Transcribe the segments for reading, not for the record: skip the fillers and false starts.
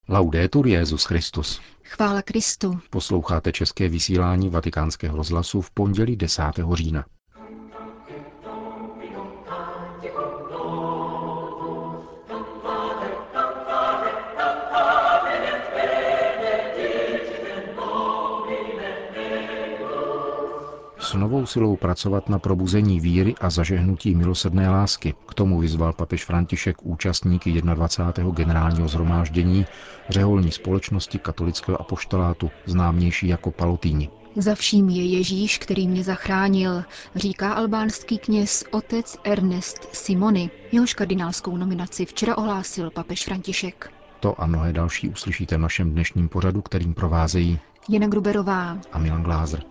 Laudetur Jesus Christus. Chvála Kristu. Posloucháte české vysílání Vatikánského rozhlasu v pondělí 10. října. S novou silou pracovat na probuzení víry a zažehnutí milosrdné lásky. K tomu vyzval papež František účastníky 21. generálního shromáždění řeholní společnosti katolického apoštolátu, známější jako Pallottini. Za vším je Ježíš, který mě zachránil, říká albánský kněz otec Ernest Simony. Jehož kardinálskou nominaci včera ohlásil papež František. To a mnohé další uslyšíte v našem dnešním pořadu, kterým provázejí Jana Gruberová a Milan Glázer.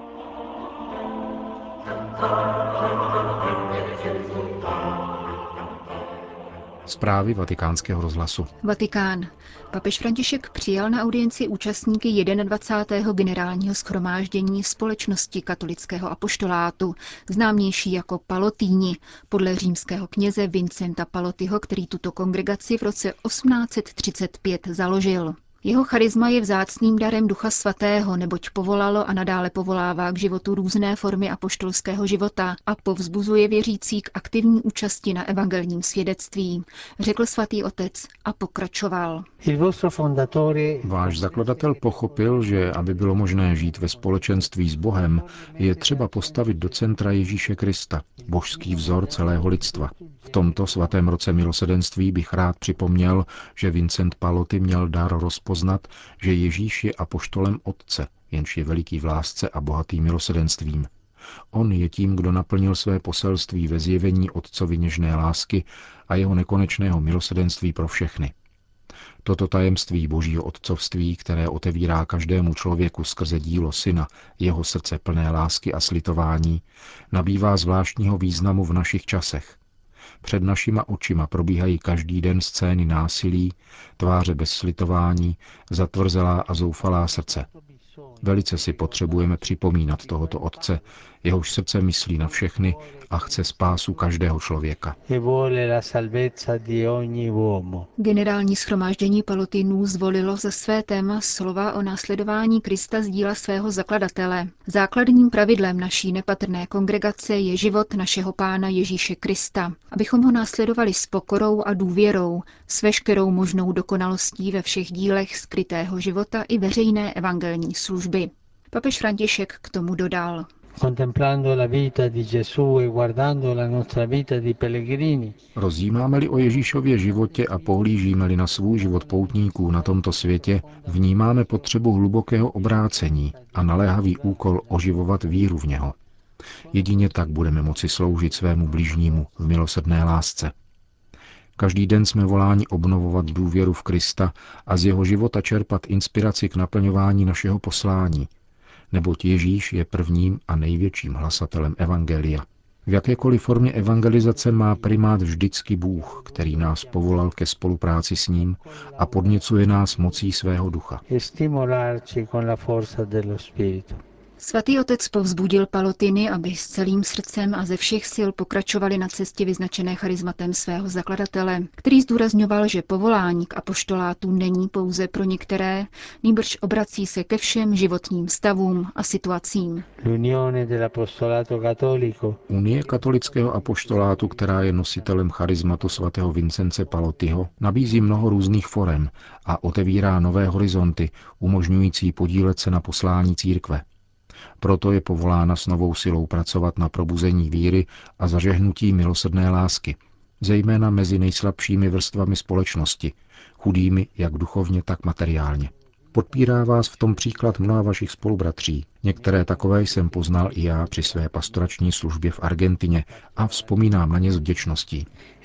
Zprávy Vatikánského rozhlasu. Vatikán. Papež František přijal na audienci účastníky 21. generálního shromáždění společnosti katolického apoštolátu, známější jako Pallottini, podle římského kněze Vincenta Pallottiho, který tuto kongregaci v roce 1835 založil. Jeho charisma je vzácným darem Ducha Svatého, neboť povolalo a nadále povolává k životu různé formy apoštolského života a povzbuzuje věřící k aktivní účasti na evangelním svědectví, řekl svatý otec a pokračoval. Váš zakladatel pochopil, že aby bylo možné žít ve společenství s Bohem, je třeba postavit do centra Ježíše Krista, božský vzor celého lidstva. V tomto svatém roce milosedenství bych rád připomněl, že Vincent Pallotti měl dar rozpoznat, že Ježíš je apoštolem Otce, jenž je veliký v lásce a bohatý milosedenstvím. On je tím, kdo naplnil své poselství ve zjevení Otcovi něžné lásky a jeho nekonečného milosedenství pro všechny. Toto tajemství božího otcovství, které otevírá každému člověku skrze dílo syna, jeho srdce plné lásky a slitování, nabývá zvláštního významu v našich časech. Před našima očima probíhají každý den scény násilí, tváře bez slitování, zatvrzelá a zoufalá srdce. Velice si potřebujeme připomínat tohoto Otce, jehož srdce myslí na všechny a chce spásu každého člověka. Generální shromáždění Pallottinů zvolilo za své téma slova o následování Krista z díla svého zakladatele. Základním pravidlem naší nepatrné kongregace je život našeho Pána Ježíše Krista, abychom ho následovali s pokorou a důvěrou, s veškerou možnou dokonalostí ve všech dílech skrytého života i veřejné evangelní služby. Papež František k tomu dodal. Rozjímáme-li o Ježíšově životě a pohlížíme-li na svůj život poutníků na tomto světě, vnímáme potřebu hlubokého obrácení a naléhavý úkol oživovat víru v něho. Jedině tak budeme moci sloužit svému bližnímu v milosrdné lásce. Každý den jsme voláni obnovovat důvěru v Krista a z jeho života čerpat inspiraci k naplňování našeho poslání, neboť Ježíš je prvním a největším hlasatelem evangelia. V jakékoliv formě evangelizace má primát vždycky Bůh, který nás povolal ke spolupráci s ním a podněcuje nás mocí svého ducha. Svatý otec povzbudil Pallottiny, aby s celým srdcem a ze všech sil pokračovali na cestě vyznačené charizmatem svého zakladatele, který zdůrazňoval, že povolání k apoštolátu není pouze pro některé, nýbrž obrací se ke všem životním stavům a situacím. Unie katolického apoštolátu, která je nositelem charizmatu svatého Vincence Pallottiho, nabízí mnoho různých forem a otevírá nové horizonty, umožňující podílet se na poslání církve. Proto je povolána s novou silou pracovat na probuzení víry a zažehnutí milosrdné lásky, zejména mezi nejslabšími vrstvami společnosti, chudými jak duchovně, tak materiálně. Podpírá vás v tom příklad mnoha vašich spolubratří. Některé takové jsem poznal i já při své pastorační službě v Argentině a vzpomínám na ně s vděčností.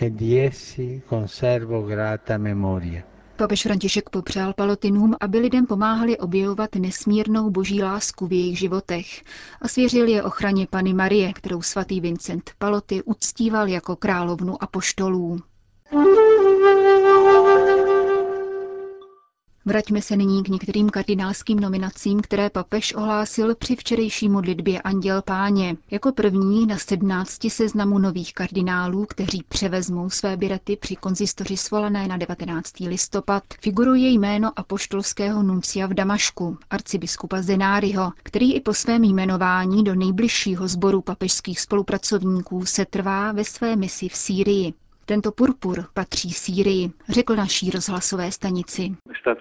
Papež František popřál Pallottinům, aby lidem pomáhali objevovat nesmírnou boží lásku v jejich životech a svěřil je ochraně Panny Marie, kterou svatý Vincent Pallotti uctíval jako královnu apoštolů. Vraťme se nyní k některým kardinálským nominacím, které papež ohlásil při včerejší modlitbě Anděl Páně. Jako první na 17 seznamu nových kardinálů, kteří převezmou své birety při konzistoři svolané na 19. listopad, figuruje jméno apoštolského nuncia v Damašku, arcibiskupa Zenáriho, který i po svém jmenování do nejbližšího sboru papežských spolupracovníků setrvá ve své misi v Sýrii. Tento purpur patří Sýrii, řekl naší rozhlasové stanici.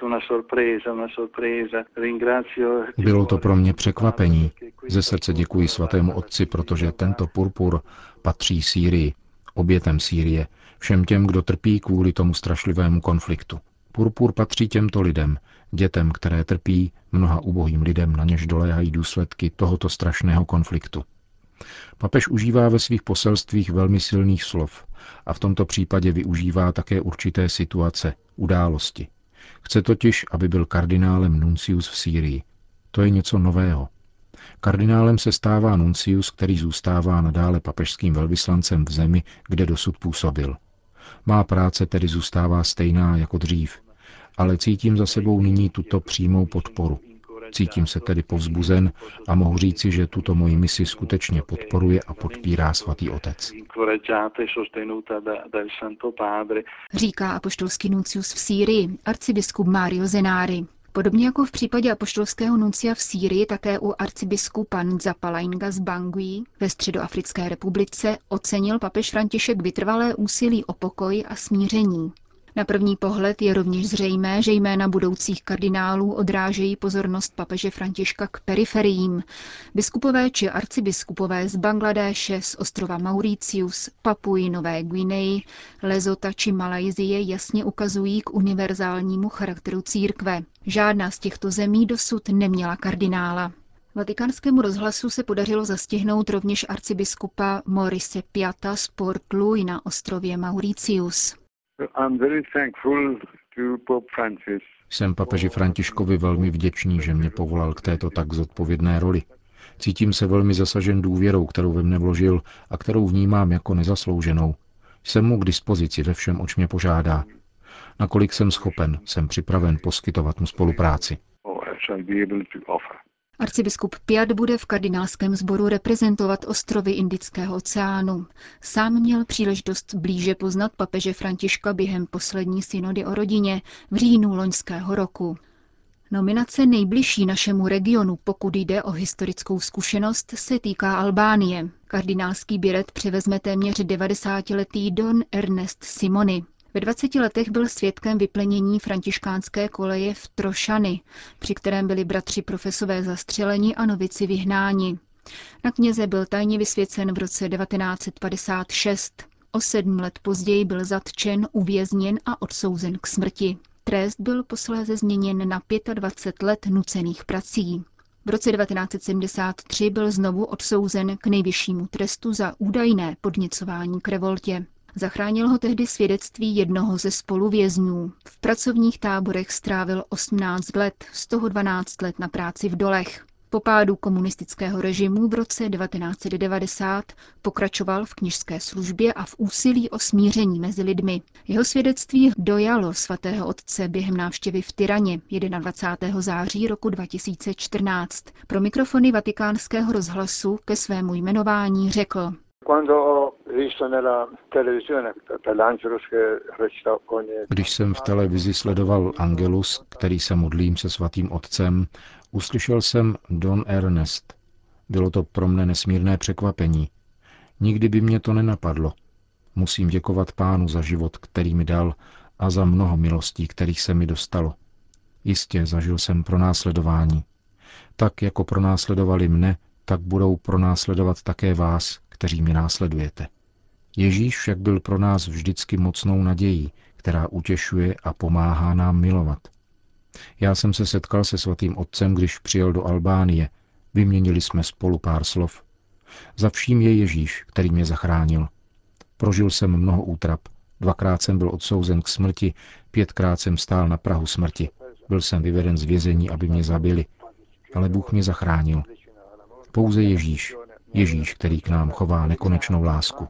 Bylo to pro mě překvapení. Ze srdce děkuji svatému otci, protože tento purpur patří Sýrii, obětem Sýrie, všem těm, kdo trpí kvůli tomu strašlivému konfliktu. Purpur patří těmto lidem, dětem, které trpí, mnoha ubohým lidem, na něž doléhají důsledky tohoto strašného konfliktu. Papež užívá ve svých poselstvích velmi silných slov a v tomto případě využívá také určité situace, události. Chce totiž, aby byl kardinálem nuncius v Sýrii. To je něco nového. Kardinálem se stává nuncius, který zůstává nadále papežským velvyslancem v zemi, kde dosud působil. Má práce tedy zůstává stejná jako dřív, ale cítím za sebou nyní tuto přímou podporu. Cítím se tedy povzbuzen a mohu říci, že tuto moji misi skutečně podporuje a podpírá svatý otec. Říká apoštolský nuncius v Sýrii, arcibiskup Mario Zenari. Podobně jako v případě apoštolského nuncia v Sýrii, také u arcibiskupa Nzapalainga z Bangui ve Středoafrické republice ocenil papež František vytrvalé úsilí o pokoj a smíření. Na první pohled je rovněž zřejmé, že jména budoucích kardinálů odrážejí pozornost papeže Františka k periferiím. Biskupové či arcibiskupové z Bangladéše, z ostrova Mauritius, Papuji Nové Guineji, Lesota či Malajsie jasně ukazují k univerzálnímu charakteru církve. Žádná z těchto zemí dosud neměla kardinála. Vatikánskému rozhlasu se podařilo zastihnout rovněž arcibiskupa Maurice Piata z Port Louis na ostrově Mauritius. Jsem papeži Františkovi velmi vděčný, že mě povolal k této tak zodpovědné roli. Cítím se velmi zasažen důvěrou, kterou ve mne vložil a kterou vnímám jako nezaslouženou. Jsem mu k dispozici ve všem, oč mě požádá. Nakolik jsem schopen, jsem připraven poskytovat mu spolupráci. Arcibiskup Piat bude v kardinálském sboru reprezentovat ostrovy Indického oceánu. Sám měl příležitost blíže poznat papeže Františka během poslední synody o rodině v říjnu loňského roku. Nominace nejbližší našemu regionu, pokud jde o historickou zkušenost, se týká Albánie. Kardinálský biret převezme téměř 90-letý Don Ernest Simony. Ve 20 letech byl svědkem vyplenění františkánské koleje v Trošany, při kterém byli bratři profesové zastřeleni a novici vyhnáni. Na kněze byl tajně vysvěcen v roce 1956. O 7 let později byl zatčen, uvězněn a odsouzen k smrti. Trest byl posléze změněn na 25 let nucených prací. V roce 1973 byl znovu odsouzen k nejvyššímu trestu za údajné podněcování k revoltě. Zachránil ho tehdy svědectví jednoho ze spoluvězňů. V pracovních táborech strávil 18 let, z toho 12 let na práci v dolech. Po pádu komunistického režimu v roce 1990 pokračoval v kněžské službě a v úsilí o smíření mezi lidmi. Jeho svědectví dojalo svatého otce během návštěvy v Tiraně 21. září roku 2014. Pro mikrofony Vatikánského rozhlasu ke svému jmenování řekl: Když jsem v televizi sledoval Angelus, který se modlím se svatým otcem, uslyšel jsem Don Ernest. Bylo to pro mne nesmírné překvapení. Nikdy by mě to nenapadlo. Musím děkovat Pánu za život, který mi dal, a za mnoho milostí, kterých se mi dostalo. Jistě zažil jsem pronásledování. Tak, jako pronásledovali mne, tak budou pronásledovat také vás, kteří mě následujete. Ježíš však byl pro nás vždycky mocnou nadějí, která utěšuje a pomáhá nám milovat. Já jsem se setkal se svatým otcem, když přijel do Albánie. Vyměnili jsme spolu pár slov. Za vším je Ježíš, který mě zachránil. Prožil jsem mnoho útrap. 2krát jsem byl odsouzen k smrti, 5krát jsem stál na prahu smrti. Byl jsem vyveden z vězení, aby mě zabili. Ale Bůh mě zachránil. Pouze Ježíš. Ježíš, který k nám chová nekonečnou lásku.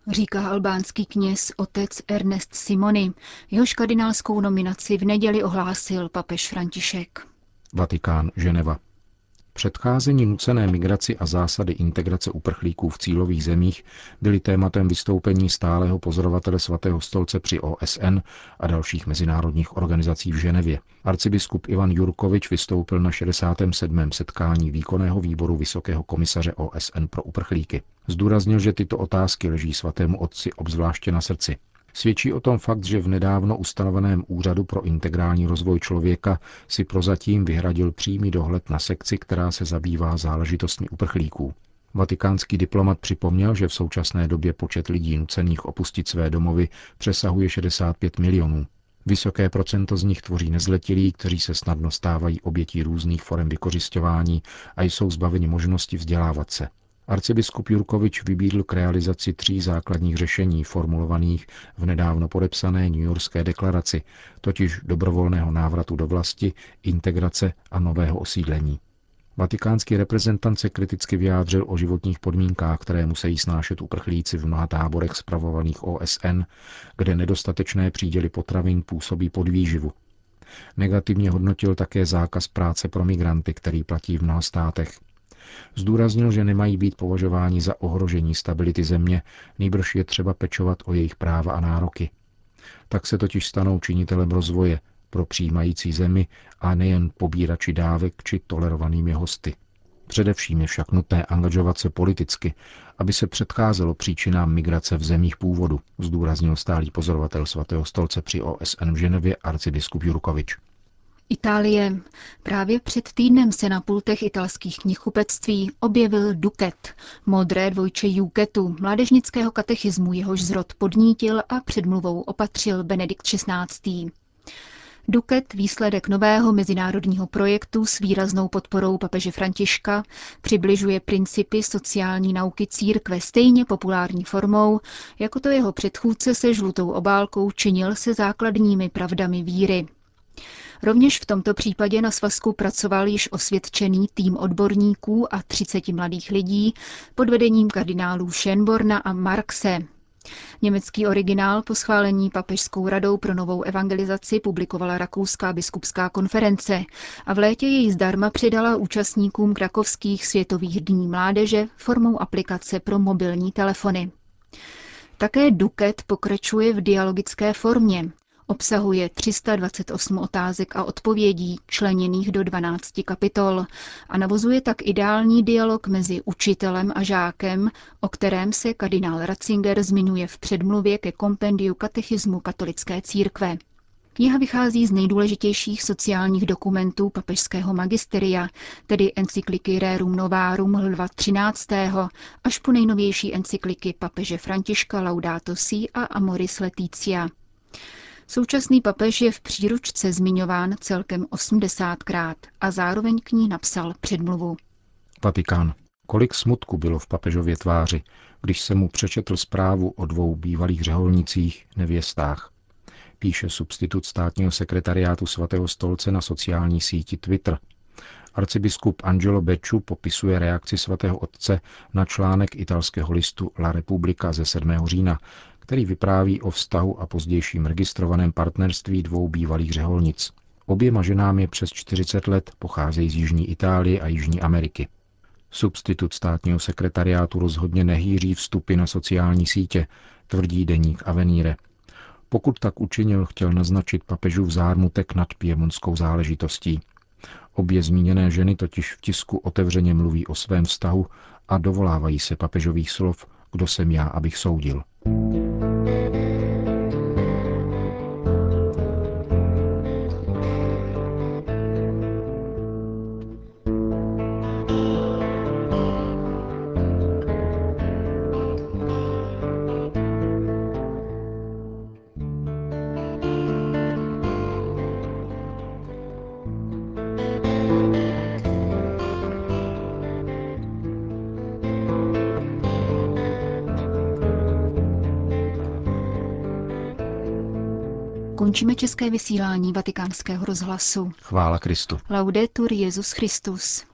říká albánský kněz otec Ernest Simony. Jehož kardinálskou nominaci v neděli ohlásil papež František. Vatikán, Ženeva. Předcházení nucené migraci a zásady integrace uprchlíků v cílových zemích byly tématem vystoupení stálého pozorovatele Svatého stolce při OSN a dalších mezinárodních organizací v Ženevě. Arcibiskup Ivan Jurkovič vystoupil na 67. setkání výkonného výboru Vysokého komisaře OSN pro uprchlíky. Zdůraznil, že tyto otázky leží Svatému otci obzvláště na srdci. Svědčí o tom fakt, že v nedávno ustanoveném Úřadu pro integrální rozvoj člověka si prozatím vyhradil přímý dohled na sekci, která se zabývá záležitostmi uprchlíků. Vatikánský diplomat připomněl, že v současné době počet lidí nucených opustit své domovy přesahuje 65 milionů. Vysoké procento z nich tvoří nezletilí, kteří se snadno stávají obětí různých forem vykořisťování a jsou zbaveni možnosti vzdělávat se. Arcibiskup Jurkovič vybídl k realizaci 3 základních řešení formulovaných v nedávno podepsané Newyorské deklaraci, totiž dobrovolného návratu do vlasti, integrace a nového osídlení. Vatikánský reprezentant se kriticky vyjádřil o životních podmínkách, které musí snášet uprchlíci v mnoha táborech spravovaných OSN, kde nedostatečné příděly potravin působí podvýživu. Negativně hodnotil také zákaz práce pro migranty, který platí v mnoha státech. Zdůraznil, že nemají být považováni za ohrožení stability země, nýbrž je třeba pečovat o jejich práva a nároky. Tak se totiž stanou činitelem rozvoje pro přijímající zemi a nejen pobírači dávek či tolerovanými hosty. Především je však nutné angažovat se politicky, aby se předcházelo příčinám migrace v zemích původu, zdůraznil stálý pozorovatel Svatého stolce při OSN v Ženevě arcibiskup Jurkovič. Itálie. Právě před týdnem se na pultech italských knihkupectví objevil Duket, modré dvojče Juketu, mládežnického katechismu, jehož zrod podnítil a předmluvou opatřil Benedikt XVI. Duket, výsledek nového mezinárodního projektu s výraznou podporou papeže Františka, přibližuje principy sociální nauky církve stejně populární formou, jako to jeho předchůdce se žlutou obálkou činil se základními pravdami víry. Rovněž v tomto případě na svazku pracoval již osvědčený tým odborníků a 30 mladých lidí pod vedením kardinálů Schönborna a Marxe. Německý originál po schválení Papežskou radou pro novou evangelizaci publikovala Rakouská biskupská konference a v létě jej zdarma předala účastníkům krakovských světových dní mládeže formou aplikace pro mobilní telefony. Také Duket pokračuje v dialogické formě. Obsahuje 328 otázek a odpovědí, členěných do 12 kapitol a navozuje tak ideální dialog mezi učitelem a žákem, o kterém se kardinál Ratzinger zmiňuje v předmluvě ke kompendiu katechismu katolické církve. Kniha vychází z nejdůležitějších sociálních dokumentů papežského magisteria, tedy encykliky Rerum Novarum Lva XIII. Až po nejnovější encykliky papeže Františka Laudato Si a Amoris Laetitia. Současný papež je v příručce zmiňován celkem 80krát a zároveň k ní napsal předmluvu. Vatikán. Kolik smutku bylo v papežově tváři, když se mu přečetl zprávu o 2 bývalých řeholnicích, nevěstách. Píše substitut státního sekretariátu Svatého stolce na sociální síti Twitter. Arcibiskup Angelo Becciu popisuje reakci Svatého otce na článek italského listu La Repubblica ze 7. října, který vypráví o vztahu a pozdějším registrovaném partnerství 2 bývalých řeholnic. Oběma ženám je přes 40 let, pocházejí z Jižní Itálie a Jižní Ameriky. Substitut státního sekretariátu rozhodně nehýří vstupy na sociální sítě, tvrdí deník Avvenire. Pokud tak učinil, chtěl naznačit papežův zármutek nad piemontskou záležitostí. Obě zmíněné ženy totiž v tisku otevřeně mluví o svém vztahu a dovolávají se papežových slov, kdo jsem já, abych soudil. Končíme české vysílání Vatikánského rozhlasu. Chvála Kristu. Laudetur Jesus Christus.